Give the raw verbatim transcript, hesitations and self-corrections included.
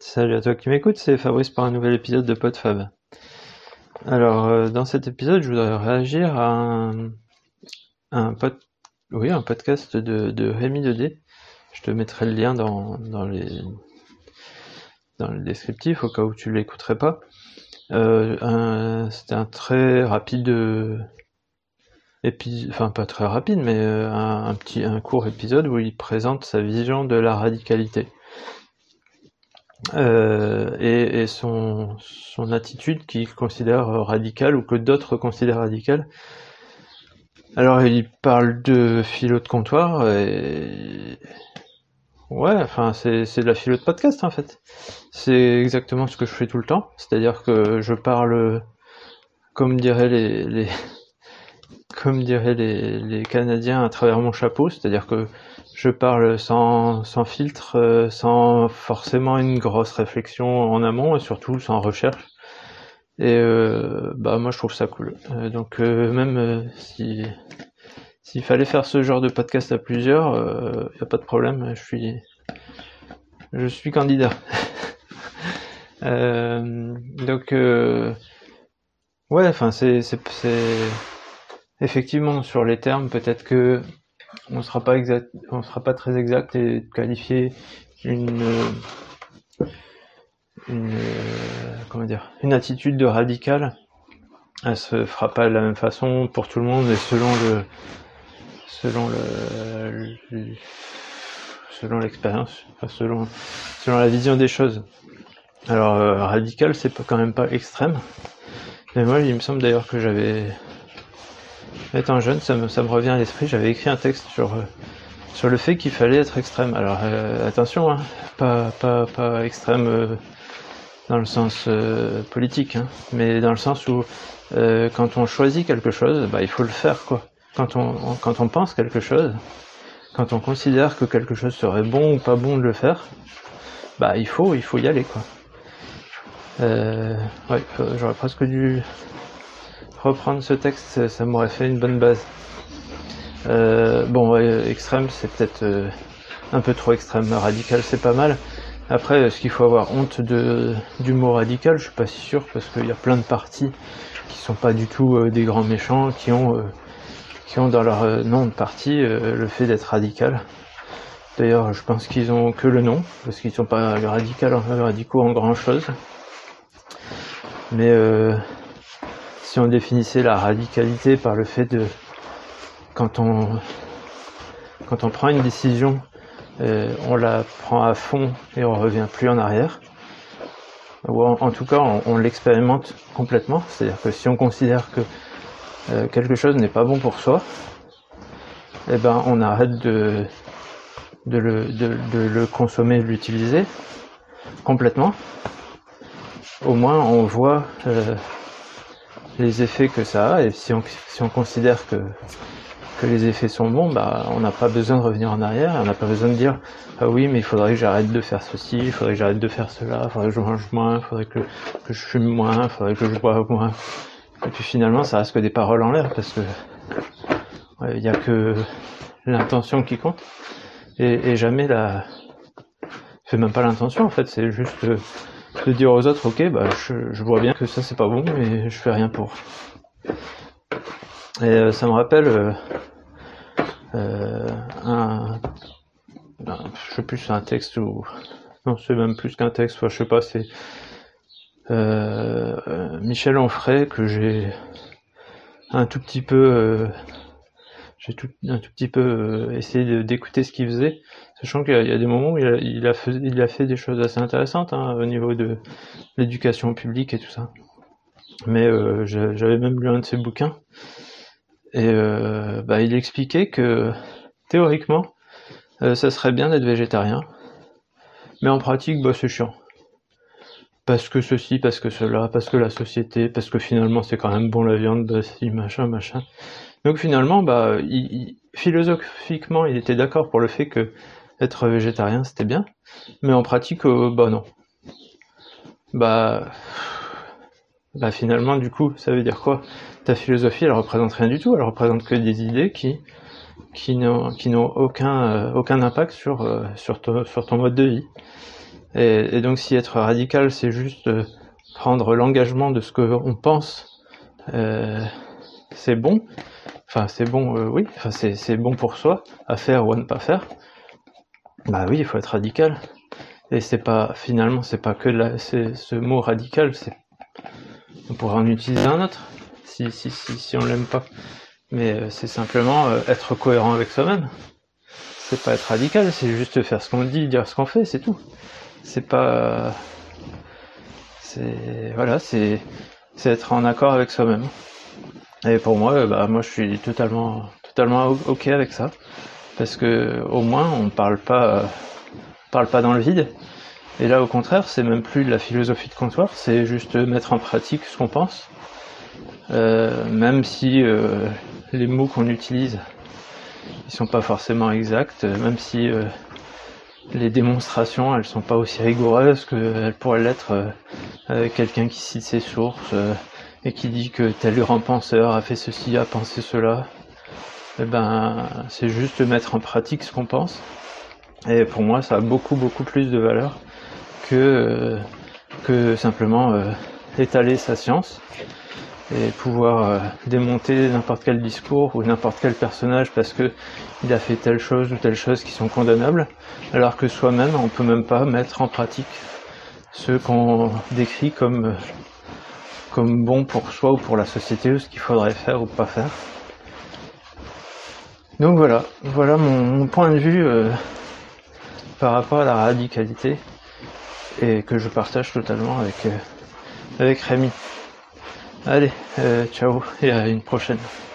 Salut à toi qui m'écoute, c'est Fabrice pour un nouvel épisode de PodFab. Alors, euh, dans cet épisode, je voudrais réagir à un, un, pod, oui, un podcast de, de Rémi deux D. Je te mettrai le lien dans, dans, les, dans le descriptif au cas où tu ne l'écouterais pas. Euh, C'était un très rapide épisode, enfin pas très rapide, mais un, un petit, un court épisode où il présente sa vision de la radicalité. Euh, et, et son, son attitude qu'il considère radicale ou que d'autres considèrent radicale. Alors il parle de philo de comptoir et ouais, enfin c'est c'est de la philo de podcast en fait. C'est exactement ce que je fais tout le temps, c'est-à-dire que je parle comme diraient les, les comme diraient les, les Canadiens à travers mon chapeau, c'est-à-dire que je parle sans, sans filtre, euh, sans forcément une grosse réflexion en amont et surtout sans recherche. Et euh, bah moi je trouve ça cool. Euh, donc euh, même euh, si s'il fallait faire ce genre de podcast à plusieurs, euh, y a pas de problème. Je suis je suis candidat. euh, donc euh, ouais, enfin c'est c'est c'est effectivement sur les termes peut-être que on sera pas exact, on sera pas très exact et qualifier une une comment dire une attitude de radical, elle se fera pas de la même façon pour tout le monde et selon le selon le, le selon l'expérience, enfin selon selon la vision des choses. Alors euh, radical, c'est pas, quand même pas extrême. Mais moi, il me semble d'ailleurs que j'avais, étant jeune, ça me ça me revient à l'esprit, j'avais écrit un texte sur euh, sur le fait qu'il fallait être extrême. Alors euh, attention, hein, pas pas pas extrême euh, dans le sens euh, politique, hein, mais dans le sens où euh, quand on choisit quelque chose, bah il faut le faire quoi. Quand on, on quand on pense quelque chose, quand on considère que quelque chose serait bon ou pas bon de le faire, bah il faut il faut y aller quoi. Euh, ouais, j'aurais presque dû reprendre ce texte, ça m'aurait fait une bonne base. Euh, bon, ouais, extrême, c'est peut-être euh, un peu trop extrême. Radical, c'est pas mal. Après, est-ce qu'il faut avoir honte de, du mot radical? Je suis pas si sûr, parce qu'il y a plein de partis qui sont pas du tout euh, des grands méchants, qui ont, euh, qui ont dans leur euh, nom de parti euh, le fait d'être radical. D'ailleurs, je pense qu'ils ont que le nom, parce qu'ils sont pas radical, radicaux en grand chose. Mais euh, si on définissait la radicalité par le fait de quand on quand on prend une décision, euh, on la prend à fond et on revient plus en arrière. Ou en, en tout cas, on, on l'expérimente complètement. C'est-à-dire que si on considère que euh, quelque chose n'est pas bon pour soi, eh ben on arrête de de le de, de le consommer, de l'utiliser complètement. Au moins, on voit euh, les effets que ça a, et si on si on considère que que les effets sont bons, bah on n'a pas besoin de revenir en arrière, on n'a pas besoin de dire ah oui mais il faudrait que j'arrête de faire ceci, il faudrait que j'arrête de faire cela, il faudrait que je mange moins, il faudrait que, que je fume moins, il faudrait que je boive moins. Et puis finalement ça reste que des paroles en l'air parce que il ouais, n'y a que l'intention qui compte et, et jamais la c'est même pas l'intention en fait, c'est juste de, de dire aux autres ok bah je, je vois bien que ça c'est pas bon mais je fais rien pour. Et euh, ça me rappelle euh, euh, un, un je sais plus c'est un texte ou non c'est même plus qu'un texte, enfin, je sais pas c'est euh, euh, Michel Onfray que j'ai un tout petit peu euh, j'ai tout, un tout petit peu euh, essayé de, d'écouter ce qu'il faisait, sachant qu'il y a, il y a des moments où il a, il a, fait, il a fait des choses assez intéressantes hein, au niveau de l'éducation publique et tout ça. Mais euh, j'avais même lu un de ses bouquins et euh, bah, il expliquait que théoriquement euh, ça serait bien d'être végétarien, mais en pratique bah, c'est chiant. Parce que ceci, parce que cela, parce que la société, parce que finalement c'est quand même bon la viande, bah, si machin, machin. Donc finalement, bah, il, il, philosophiquement, il était d'accord pour le fait que être végétarien c'était bien, mais en pratique, euh, bah non. Bah, bah finalement, du coup, ça veut dire quoi? Ta philosophie, elle représente rien du tout, elle représente que des idées qui qui n'ont qui n'ont aucun euh, aucun impact sur euh, sur ton sur ton mode de vie. Et, et donc si être radical c'est juste euh, prendre l'engagement de ce qu'on pense, euh, c'est bon, enfin c'est bon, euh, oui, enfin c'est c'est bon pour soi, à faire ou à ne pas faire, bah oui, il faut être radical. Et c'est pas, finalement, c'est pas que la, c'est ce mot radical, c'est, on pourrait en utiliser un autre, si, si, si, si on l'aime pas. Mais euh, c'est simplement euh, être cohérent avec soi-même. C'est pas être radical, c'est juste faire ce qu'on dit, dire ce qu'on fait, c'est tout. C'est pas, c'est, voilà, c'est, c'est être en accord avec soi-même. Et pour moi, euh, bah, moi, je suis totalement, totalement ok avec ça. Parce que, au moins, on parle pas, euh, parle pas dans le vide. Et là, au contraire, c'est même plus de la philosophie de comptoir, c'est juste mettre en pratique ce qu'on pense. Euh, même si euh, les mots qu'on utilise, ils sont pas forcément exacts, même si euh, les démonstrations, elles sont pas aussi rigoureuses qu'elles pourraient l'être euh, avec quelqu'un qui cite ses sources euh, et qui dit que tel grand penseur a fait ceci, a pensé cela. Et ben, c'est juste mettre en pratique ce qu'on pense. Et pour moi, ça a beaucoup, beaucoup plus de valeur que, euh, que simplement euh, étaler sa science et pouvoir euh, démonter n'importe quel discours ou n'importe quel personnage parce que il a fait telle chose ou telle chose qui sont condamnables, alors que soi-même on peut même pas mettre en pratique ce qu'on décrit comme euh, comme bon pour soi ou pour la société, ou ce qu'il faudrait faire ou pas faire. Donc voilà, voilà mon, mon point de vue euh, par rapport à la radicalité, et que je partage totalement avec, euh, avec Rémi. Allez, euh, ciao, et à une prochaine.